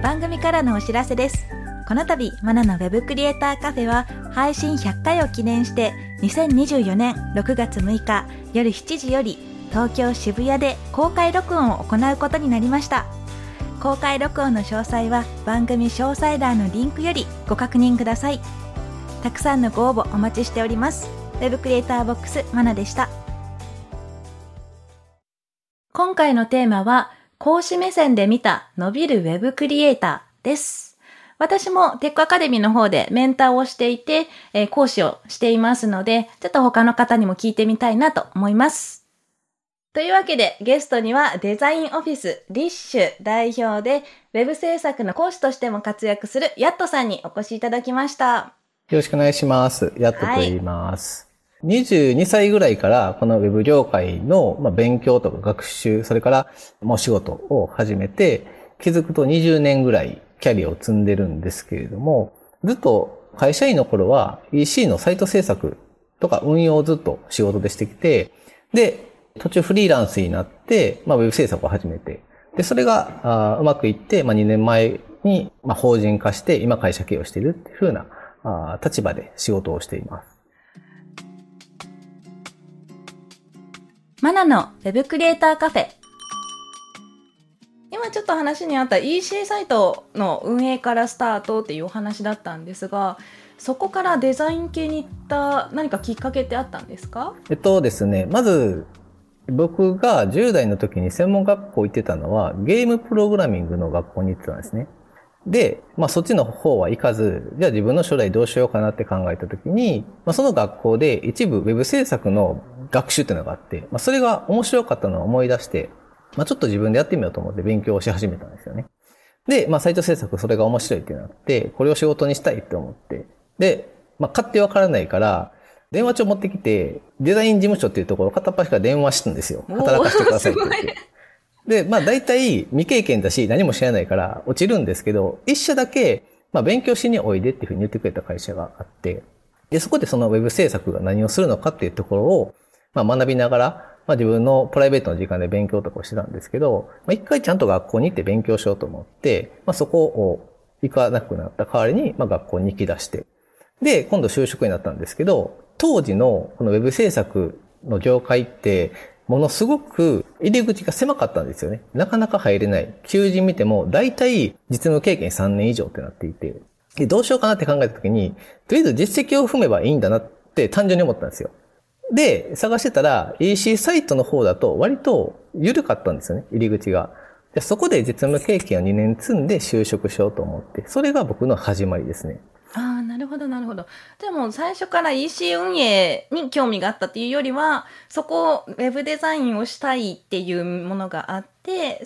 番組からのお知らせです。この度マナのウェブクリエイターカフェは配信100回を記念して2024年6月6日夜7時より東京渋谷で公開録音を行うことになりました。公開録音の詳細は番組詳細欄のリンクよりご確認ください。たくさんのご応募お待ちしております。ウェブクリエイターボックスマナでした。今回のテーマは講師目線で見た伸びるウェブクリエイターです。私もテックアカデミーの方でメンターをしていて、講師をしていますので、ちょっと他の方にも聞いてみたいなと思います。というわけでゲストにはデザインオフィスリッシュ代表でウェブ制作の講師としても活躍するヤットさんにお越しいただきました。 よろしくお願いします。ヤットと言います。22歳ぐらいからこのウェブ業界の勉強とか学習、それからお仕事を始めて、気づくと20年ぐらいキャリアを積んでるんですけれども、ずっと会社員の頃は EC のサイト制作とか運用をずっと仕事でしてきて、で、途中フリーランスになって、ウェブ制作を始めて、で、それがうまくいって、2年前に法人化して今会社経営をしているっていう風な立場で仕事をしています。 マナのウェブクリエイターカフェ。今ちょっと話にあった EC サイトの運営からスタートっていうお話だったんですが、そこからデザイン系に行った何かきっかけってあったんですか？ ですね、まず僕が10代の時に専門学校行ってたのはゲームプログラミングの学校に行ってたんですね。で、そっちの方は行かず、じゃあ自分の将来どうしようかなって考えたときに、その学校で一部ウェブ制作の学習っていうのがあって、それが面白かったのを思い出して、ちょっと自分でやってみようと思って勉強をし始めたんですよね。で、サイト制作それが面白いってなって、これを仕事にしたいって思って、で、勝手わからないから、電話帳持ってきて、デザイン事務所っていうところを片っ端から電話したんですよ。働かせてくださいって言って。で、大体未経験だし何も知らないから落ちるんですけど、一社だけ、勉強しにおいでっていうふうに言ってくれた会社があって、で、そこでそのウェブ制作が何をするのかっていうところを、学びながら、自分のプライベートの時間で勉強とかをしてたんですけど、一回ちゃんと学校に行って勉強しようと思って、そこを行かなくなった代わりに、学校に行き出して、で、今度就職になったんですけど、当時のこのウェブ制作の業界って、ものすごく入り口が狭かったんですよね。なかなか入れない。求人見ても大体実務経験3年以上ってなっていて、でどうしようかなって考えた時に、とりあえず実績を踏めばいいんだなって単純に思ったんですよ。で、探してたら EC サイトの方だと割と緩かったんですよね、入り口が。でそこで実務経験を2年積んで就職しようと思って、それが僕の始まりですね。 なるほどなるほど。でも最初から EC 運営に興味があったっていうよりは、そこウェブデザインをしたいっていうものがあって、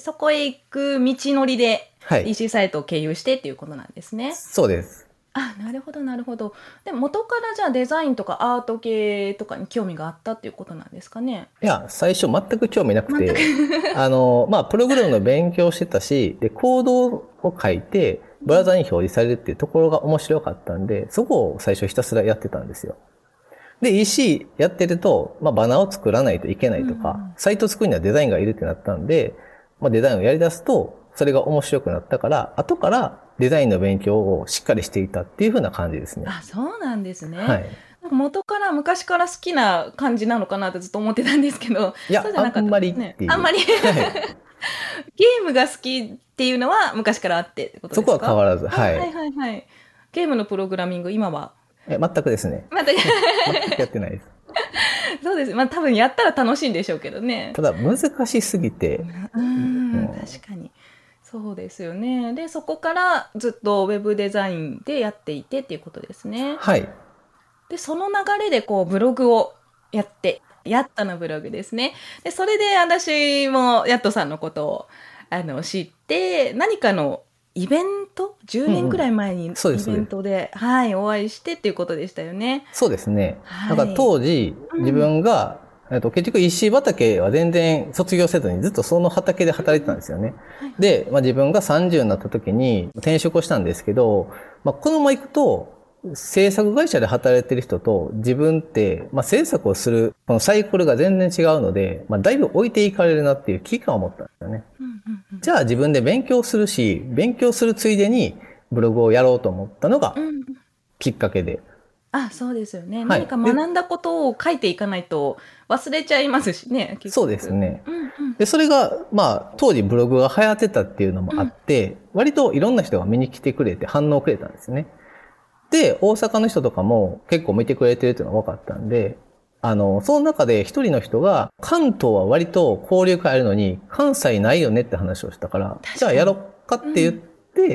そこへ行く道のりで EC サイトを経由してっていうことなんですね。 そうです。 なるほどなるほど。で元からじゃあデザインとかアート系とかに興味があったっていうことなんですかね？ いや、最初全く興味なくて、プログラムの勉強してたし、で、コードを書いて、ブラウザに表示されるっていうところが面白かったんで、そこを最初ひたすらやってたんですよ。で、EC やってると、バナーを作らないといけないとか、サイト作るにはデザインがいるってなったんで、デザインをやり出すと、それが面白くなったから、後からデザインの勉強をしっかりしていたっていう風な感じですね。 そうなんですね。 はい。 元から昔から好きな感じなのかなってずっと思ってたんですけど、 いや、あんまりっていう。 あんまり、はい、ゲームが好きっていうのは昔からあってってことですか？ そこは変わらず、はい。 はいはいはい。ゲームのプログラミング今は全くですね。全くやってないです。 そうです。多分やったら楽しいんでしょうけどね。 ただ難しすぎて。 確かに。そうですよね。で、そこからずっとウェブデザインでやっていてっていうことですね。 はい。 で、その流れでブログをやって、ヤットのブログですね。で、それで私もヤットさんのことを知って、何かのイベント ?10 年くらい前にイベントで、お会いしてっていうことでしたよね。 そうですね。当時、自分が、結局石畑は全然卒業せずにずっとその畑で働いてたんですよね。で、自分が30になった時に転職をしたんですけど、このまま行くと、 制作会社で働いてる人と自分って、制作をする、このサイクルが全然違うので、だいぶ置いていかれるなっていう危機感を持ったんですよね。じゃあ自分で勉強するし、勉強するついでにブログをやろうと思ったのがきっかけで。 あ、そうですよね。何か学んだことを書いていかないと忘れちゃいますしね。 そうですね。で、それが、当時ブログが流行ってたっていうのもあって、割といろんな人が見に来てくれて反応をくれたんですね。で、大阪の人とかも結構見てくれてるっていうのが分かったんで、その中で一人の人が、関東は割と交流会あるのに、関西ないよねって話をしたから、じゃあやろっかって言って、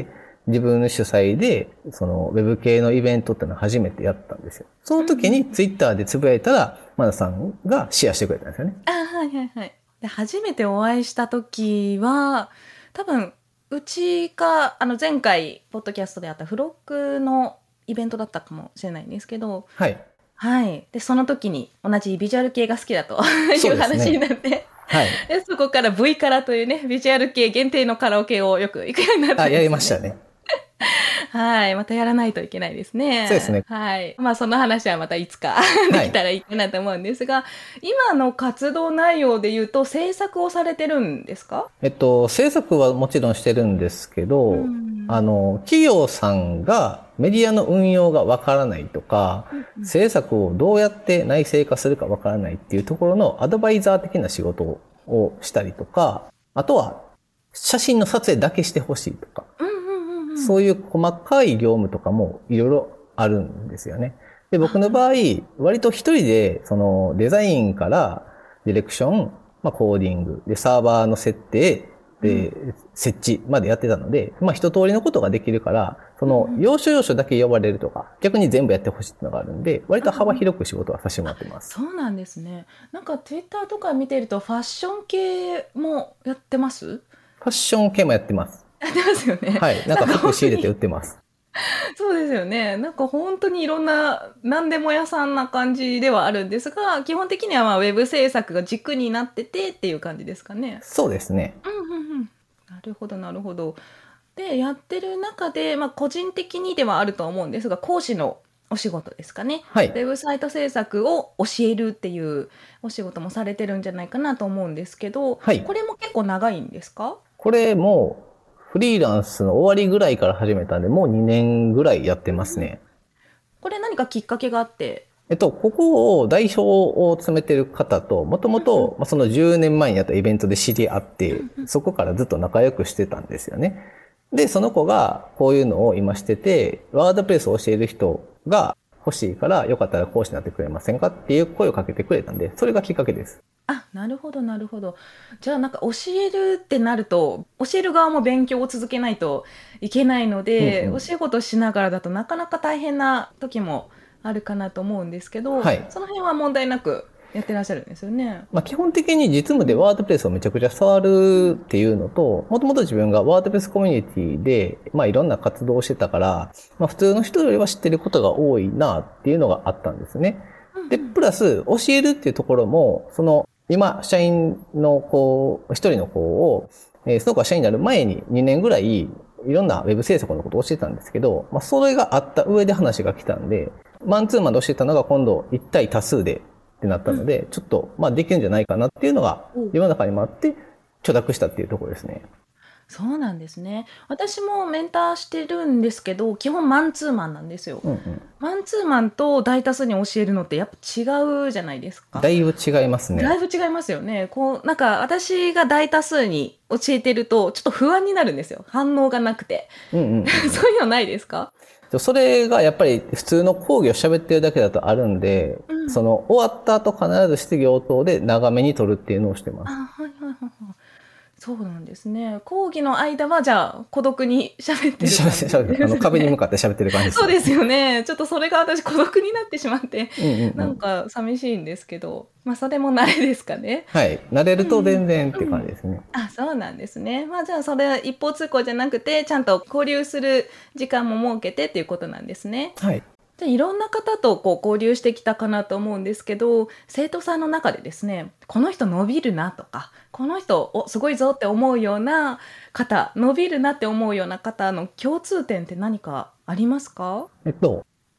自分の主催で、その、ウェブ系のイベントってのを初めてやったんですよ。その時にツイッターでつぶやいたら、マナさんがシェアしてくれたんですよね。 はいはいはい。で、初めてお会いした時は、多分、うちか、前回、ポッドキャストであったフロックのイベントだったかもしれないんですけど、 はい。 はい。で、その時に同じビジュアル系が好きだという話になって、 はい。 で、そこから V カラというね、ビジュアル系限定のカラオケをよく行くようになったんです、ね。 やりましたね。 はい。またやらないといけないですね。 そうですね。 はい。その話はまたいつかできたらいいかなと思うんですが、今の活動内容で言うと制作をされてるんですか？ 制作はもちろんしてるんですけど、企業さんがメディアの運用がわからないとか、制作をどうやって内製化するかわからないっていうところのアドバイザー的な仕事をしたりとか、あとは写真の撮影だけしてほしいとか、そういう細かい業務とかもいろいろあるんですよね。で、僕の場合、割と一人で、そのデザインからディレクション、コーディング、で、サーバーの設定、で、設置までやってたので、一通りのことができるから、その、要所要所だけ呼ばれるとか、逆に全部やってほしいっていうのがあるんで、割と幅広く仕事はさせてもらってます。 そうなんですね。なんか、ツイッターとか見てると、ファッション系もやってます？ ファッション系もやってます。 やってますよね。 はい。なんか服仕入れて売ってます。 そうですよね。なんか本当にいろんな何でも屋さんな感じではあるんですが、基本的にはウェブ制作が軸になっててっていう感じですかね。 そうですね。 なるほどなるほど。で、やってる中で、個人的にではあると思うんですが、講師のお仕事ですかね。 はい。 ウェブサイト制作を教えるっていうお仕事もされてるんじゃないかなと思うんですけど、 はい。 これも結構長いんですか？ これもフリーランスの終わりぐらいから始めたんで、もう2年ぐらいやってますね。 これ何かきっかけがあって？ ここを代表を務めてる方と、もともとその10年前にやったイベントで知り合って、そこからずっと仲良くしてたんですよね。で、その子がこういうのを今してて、ワードプレスを教える人が欲しいから、よかったら講師になってくれませんかっていう声をかけてくれたんで、それがきっかけです。 あ、なるほどなるほど。じゃあなんか教えるってなると、教える側も勉強を続けないといけないので、お仕事しながらだとなかなか大変な時もあるかなと思うんですけど、 はい。 その辺は問題なくやってらっしゃるんですよね。 基本的に実務でワードプレスをめちゃくちゃ触るっていうのと、もともと自分がワードプレスコミュニティで、いろんな活動をしてたから、普通の人よりは知ってることが多いなっていうのがあったんですね。で、プラス、教えるっていうところも、今、社員の子、一人の子を、その子が社員になる前に2年ぐらい、いろんなウェブ制作のことを教えてたんですけど、それがあった上で話が来たんで、マンツーマンで教えたのが今度1対多数でってなったので、ちょっと、できるんじゃないかなっていうのが、世の中にもあって、許諾したっていうところですね。 そうなんですね。私もメンターしてるんですけど、基本マンツーマンなんですよ。マンツーマンと大多数に教えるのってやっぱ違うじゃないですか。 だいぶ違いますね。 だいぶ違いますよね。なんか私が大多数に教えてると、ちょっと不安になるんですよ。反応がなくて。そういうのないですか？ それがやっぱり普通の講義を喋ってるだけだとあるんで、終わった後必ず質疑応答で長めに取るっていうのをしてます。 そうなんですね。講義の間はじゃあ孤独に喋ってる感じですね。 壁に向かって喋ってる感じです。 そうですよね。ちょっとそれが私孤独になってしまって、なんか寂しいんですけど、それも慣れですかね。 はい。慣れると全然って感じですね。 あ、そうなんですね。じゃあそれ一方通行じゃなくて、ちゃんと交流する時間も設けてっていうことなんですね。 はい。 でいろんな方と交流してきたかなと思うんですけど、生徒さんの中でですね、この人伸びるなとか、この人すごいぞって思うような方、伸びるなって思うような方の共通点って何かありますか？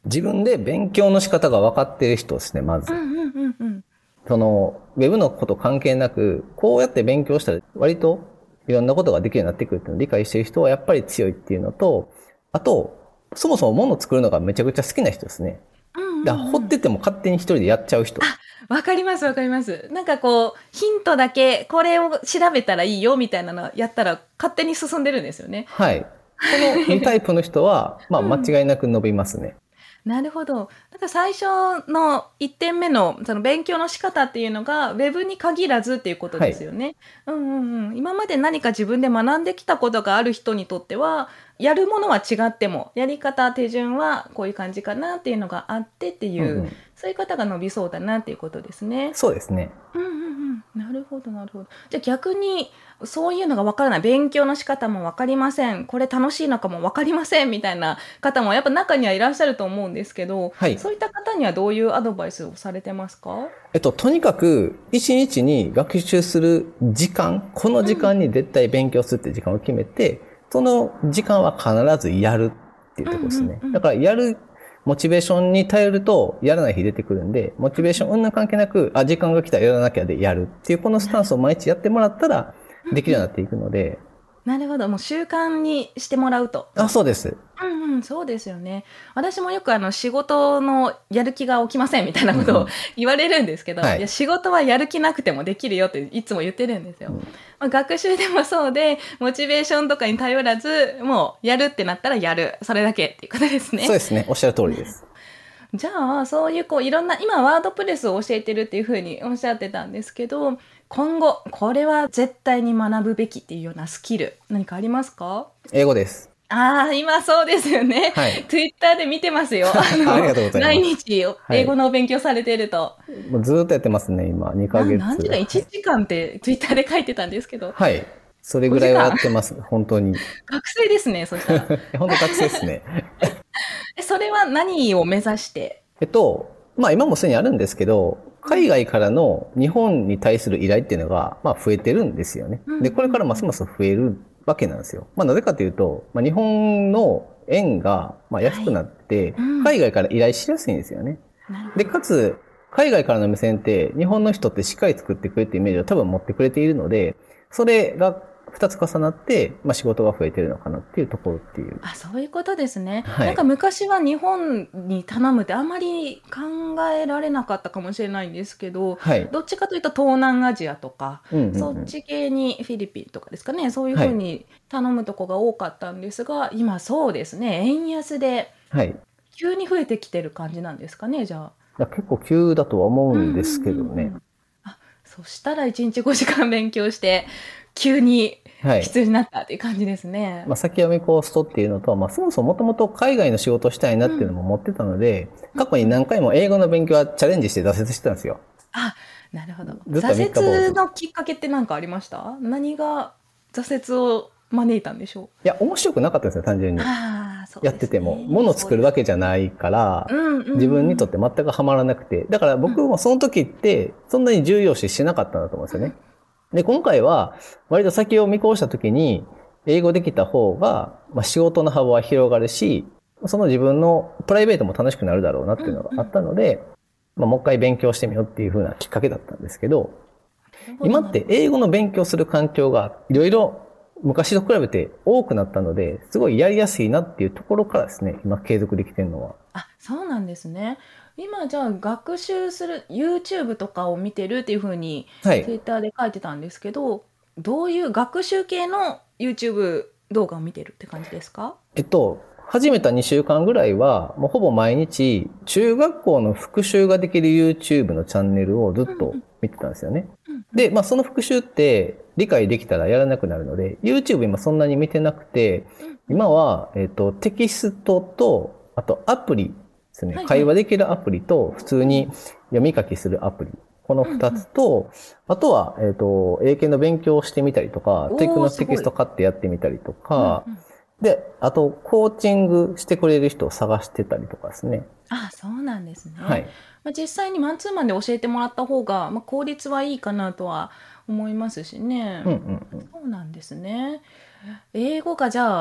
自分で勉強の仕方が分かっている人ですね、まず。 うんうんうんうん。 ウェブのこと関係なく、こうやって勉強したら割といろんなことができるようになってくるっていうのを理解している人はやっぱり強いっていうのと、あと、そもそも物を作るのがめちゃくちゃ好きな人ですね。だから掘ってても勝手に一人でやっちゃう人。 わかりますわかります。なんかこう、ヒントだけ、これを調べたらいいよみたいなのやったら、勝手に進んでるんですよね。 はい。この2タイプの人は、まあ間違いなく伸びますね。 なるほど。なんか最初の1点目のその勉強の仕方っていうのが、ウェブに限らずっていうことですよね。うんうんうん。今まで何か自分で学んできたことがある人にとっては、やるものは違っても、やり方、手順はこういう感じかなっていうのがあってっていう、 うんうん、 そういう方が伸びそうだなっていうことですね。 そうですね。 うんうんうん。なるほどなるほど。じゃあ逆に、そういうのがわからない。勉強の仕方もわかりません。これ楽しいのかもわかりません。みたいな方もやっぱ中にはいらっしゃると思うんですけど、 はい。 そういった方にはどういうアドバイスをされてますか？ とにかく、一日に学習する時間、この時間に絶対勉強するって時間を決めて、その時間は必ずやるっていうところですね。だからやる、モチベーションに頼るとやらない日出てくるんで、モチベーションうん関係なく、時間が来たらやらなきゃでやるっていうこのスタンスを毎日やってもらったらできるようになっていくので。 なるほど。もう習慣にしてもらうと。 そうです。 うんうん、そうですよね。私もよく仕事のやる気が起きませんみたいなことを言われるんですけど、 はい、 いや仕事はやる気なくてもできるよっていつも言ってるんですよ。まあ、学習でもそうで、モチベーションとかに頼らず、もうやるってなったらやる。それだけっていうことですね。 そうですね。おっしゃる通りです。 じゃあ、そういういろんな、今ワードプレスを教えてるっていうふうにおっしゃってたんですけど、今後、これは絶対に学ぶべきっていうようなスキル、何かありますか？ 英語です。 今そうですよね。 はい。 ツイッターで見てますよ。 ありがとうございます。 毎日英語のお勉強されてると。 はい、もうずっとやってますね、今。2ヶ月。 何時間 ?1 時間ってツイッターで書いてたんですけど。 はい。それぐらいはやってます。本当に。 学生ですね、そしたら。 本当学生ですね。 それは何を目指して？ まあ今もすでにあるんですけど、海外からの日本に対する依頼っていうのが、まあ増えてるんですよね。で、これからますます増えるわけなんですよ。まあなぜかというと、まあ日本の円がまあ安くなって、海外から依頼しやすいんですよね。で、かつ、海外からの目線って日本の人ってしっかり作ってくれってイメージを多分持ってくれているので、それが二つ重なって、まあ仕事が増えてるのかなっていうところっていう。 そういうことですね。 はい、 なんか昔は日本に頼むってあまり考えられなかったかもしれないんですけど、 はい、 どっちかというと東南アジアとか、そっち系にフィリピンとかですかね、そういうふうに頼むとこが多かったんですが、今そうですね、円安で急に増えてきてる感じなんですかね、じゃあ。 結構急だとは思うんですけどね。 そしたら1日5時間勉強して、急に必要になったっていう感じですね。 まあ、先読みコーストっていうのと、まあ、そもそももともと海外の仕事をしたいなっていうのも持ってたので、過去に何回も英語の勉強はチャレンジして挫折してたんですよ。 なるほど。挫折のきっかけって何かありました？何が挫折を招いたんでしょう？ いや、面白くなかったんですよ、単純に。やってても。物を作るわけじゃないから、自分にとって全くハマらなくて。だから僕もその時って、そんなに重要視してなかったんだと思うんですよね。で、今回は、割と先を見越した時に、英語できた方が、まあ、仕事の幅は広がるし、その自分のプライベートも楽しくなるだろうなっていうのがあったので、まあ、もう一回勉強してみようっていう風なきっかけだったんですけど、今って英語の勉強する環境がいろいろ昔と比べて多くなったので、すごいやりやすいなっていうところからですね、今継続できてるのは。 そうなんですね。今じゃあ学習する YouTube とかを見てるっていう風に Twitter で書いてたんですけど、どういう学習系の YouTube 動画を見てるって感じですか？ 始めた2週間ぐらいは、もうほぼ毎日、中学校の復習ができる YouTube のチャンネルをずっと見てたんですよね。で、まあその復習って理解できたらやらなくなるので、YouTube 今そんなに見てなくて、今は、テキストと、あとアプリですね。会話できるアプリと、普通に読み書きするアプリ。この2つと、あとは、英検の勉強をしてみたりとか、テクのテキスト買ってやってみたりとか、で、あと、コーチングしてくれる人を探してたりとかですね。 そうなんですね。 はい。 実際にマンツーマンで教えてもらった方が、効率はいいかなとは思いますしね。そうなんですね。英語がじゃあ、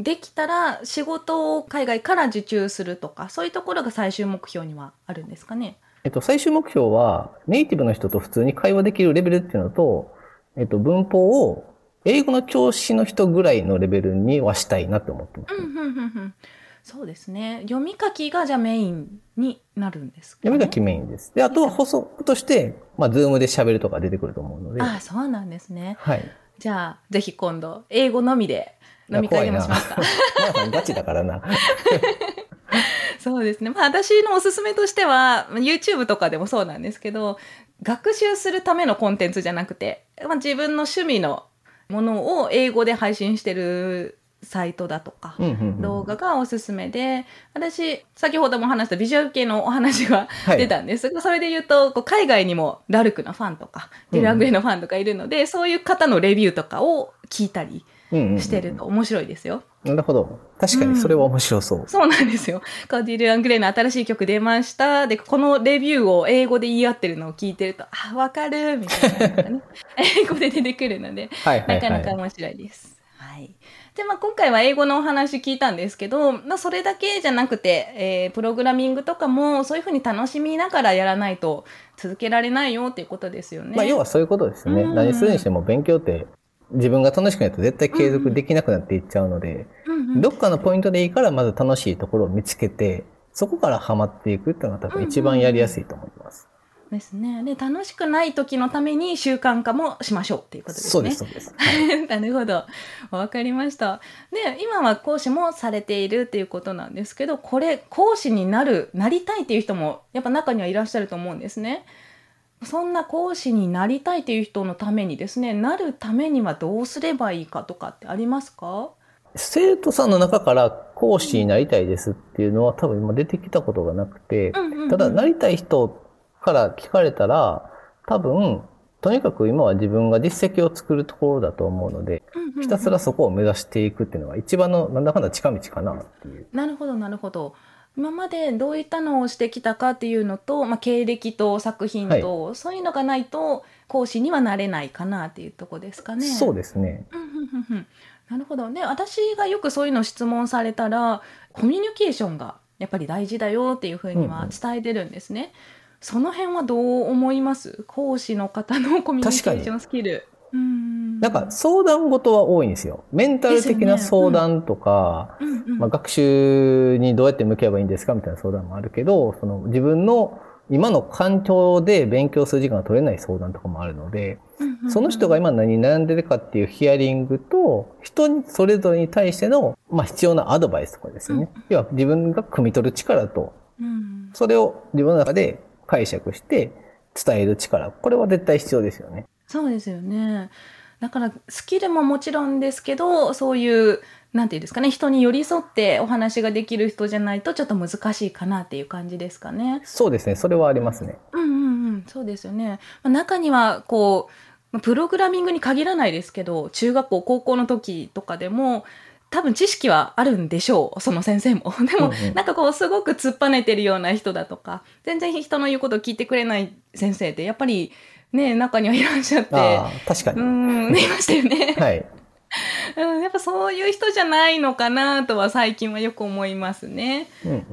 できたら仕事を海外から受注するとか、そういうところが最終目標にはあるんですかね。 最終目標は、ネイティブの人と普通に会話できるレベルっていうのと、文法を英語の教師の人ぐらいのレベルにはしたいなって思ってます。 そうですね。読み書きがじゃあメインになるんですかね。 読み書きメインです。で、あとは補足として、ズームで喋るとか出てくると思うので。 ああ、そうなんですね。 はい。 じゃあ、ぜひ今度、英語のみで飲み会でもしますか。 皆さんガチだからな。 そうですね。私のおすすめとしては、YouTube とかでもそうなんですけど、学習するためのコンテンツじゃなくて、自分の趣味のものを英語で配信してるサイトだとか、動画がおすすめで、私、先ほども話したビジュアル系のお話が出たんですが、それで言うと、海外にもラルクのファンとか、ディラングレのファンとかいるので、そういう方のレビューとかを聞いたりしてると面白いですよ。 なるほど。確かにそれは面白そう。 そうなんですよ。ディラングレの新しい曲出ました。で、このレビューを英語で言い合ってるのを聞いてると、あ、わかるみたいなのがね、英語で出てくるので、なかなか面白いです。はい。で、今回は英語のお話聞いたんですけど、それだけじゃなくて、プログラミングとかもそういうふうに楽しみながらやらないと続けられないよっていうことですよね。 要はそういうことですね。何するにしても勉強って自分が楽しくないと絶対継続できなくなっていっちゃうので、どっかのポイントでいいからまず楽しいところを見つけて、そこからハマっていくっていうのが多分一番やりやすいと思います。 ですね。で、楽しくない時のために習慣化もしましょうっていうことですね。 そうです、そうです。はい、 なるほど。わかりました。で、今は講師もされているっていうことなんですけど、これ、講師になりたいっていう人もやっぱ中にはいらっしゃると思うんですね。そんな講師になりたいっていう人のためにですね、なるためにはどうすればいいかとかってありますか？ 生徒さんの中から講師になりたいですっていうのは多分今出てきたことがなくて、ただなりたい人から聞かれたら、多分、とにかく今は自分が実績を作るところだと思うので、ひたすらそこを目指していくっていうのが一番のなんだかんだ近道かなっていう。 なるほど、なるほど。今までどういったのをしてきたかっていうのと、経歴と作品と、はい、そういうのがないと講師にはなれないかなっていうところですかね。 そうですね。 なるほど。で、私がよくそういうのを質問されたら、コミュニケーションがやっぱり大事だよっていうふうには伝えてるんですね。その辺はどう思います？講師の方のコミュニケーションスキル。 なんか相談事は多いんですよ。メンタル的な相談とか、学習にどうやって向き合えばいいんですかみたいな相談もあるけど、その自分の今の環境で勉強する時間が取れない相談とかもあるので、その人が今何に悩んでるかっていうヒアリングと、人にそれぞれに対しての、必要なアドバイスとかですよね。要は自分が汲み取る力と、それを自分の中で解釈して伝える力。これは絶対必要ですよね。 そうですよね。だからスキルももちろんですけど、そういうなんていうんですかね、人に寄り添ってお話ができる人じゃないとちょっと難しいかなっていう感じですかね。 そうですね。それはありますね。 そうですよね。中にはプログラミングに限らないですけど、中学校高校の時とかでも多分知識はあるんでしょう、その先生も。でも、すごく突っぱねてるような人だとか、全然人の言うことを聞いてくれない先生ってやっぱりね、中にはいらっしゃって。 確かに。 いましたよね。 はい。 やっぱそういう人じゃないのかなとは最近はよく思いますね。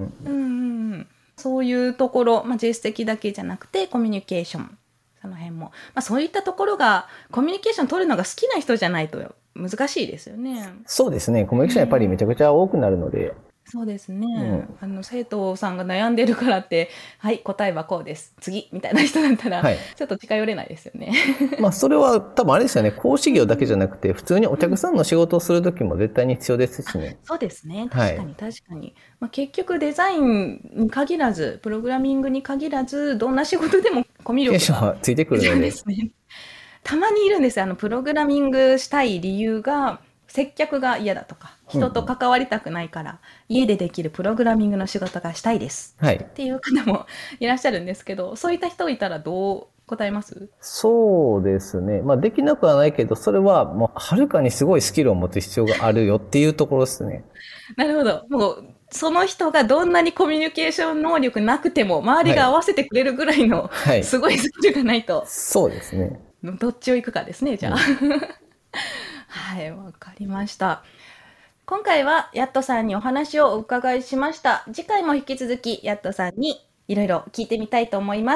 そういうところ、実績だけじゃなくてコミュニケーション、その辺も、そういったところがコミュニケーション取るのが好きな人じゃないと難しいですよね。 そうですね。コミュニケーションやっぱりめちゃくちゃ多くなるので。 そうですね、生徒さんが悩んでるからってはい答えはこうです次みたいな人だったら、ちょっと近寄れないですよね。 それは多分あれですよね、講師業だけじゃなくて普通にお客さんの仕事をする時も絶対に必要ですしね。 そうですね、確かに確かに、結局デザインに限らずプログラミングに限らずどんな仕事でもコミュ力がついてくるので、 たまにいるんですよ。プログラミングしたい理由が接客が嫌だとか人と関わりたくないから、家でできるプログラミングの仕事がしたいです、っていう方もいらっしゃるんですけど、そういった人いたらどう答えます？ そうですね。できなくはないけど、それはもうはるかにすごいスキルを持つ必要があるよっていうところですね。 なるほど。もうその人がどんなにコミュニケーション能力なくても周りが合わせてくれるぐらいのすごいスキルがないと、 そうですね。 どっちを行くかですね、じゃあ。はい、わかりました。 今回はヤットさんにお話をお伺いしました。次回も引き続きヤットさんにいろいろ聞いてみたいと思います。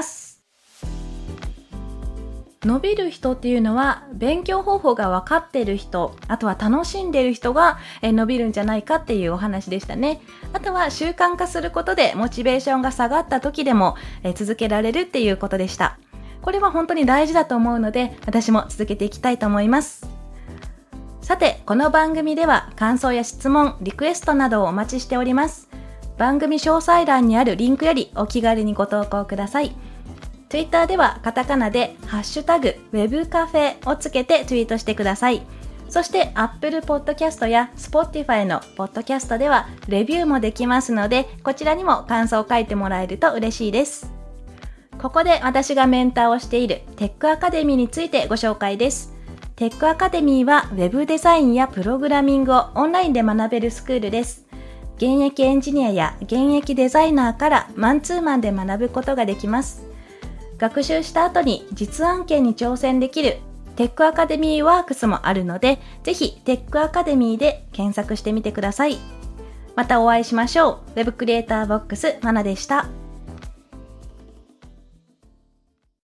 伸びる人っていうのは勉強方法が分かっている人、あとは楽しんでいる人が伸びるんじゃないかっていうお話でしたね。あとは習慣化することでモチベーションが下がった時でも続けられるっていうことでした。これは本当に大事だと思うので、私も続けていきたいと思います。さて、この番組では感想や質問、リクエストなどをお待ちしております。番組詳細欄にあるリンクよりお気軽にご投稿ください。Twitter ではカタカナでハッシュタグ Web カフェをつけてツイートしてください。そして Apple Podcast や Spotify の Podcast ではレビューもできますので、こちらにも感想を書いてもらえると嬉しいです。ここで私がメンターをしているテックアカデミーについてご紹介です。テックアカデミーは Web デザインやプログラミングをオンラインで学べるスクールです。現役エンジニアや現役デザイナーからマンツーマンで学ぶことができます。学習した後に実案件に挑戦できるテックアカデミーワークスもあるので、ぜひテックアカデミーで検索してみてください。またお会いしましょう。Web クリエイターボックスマナでした。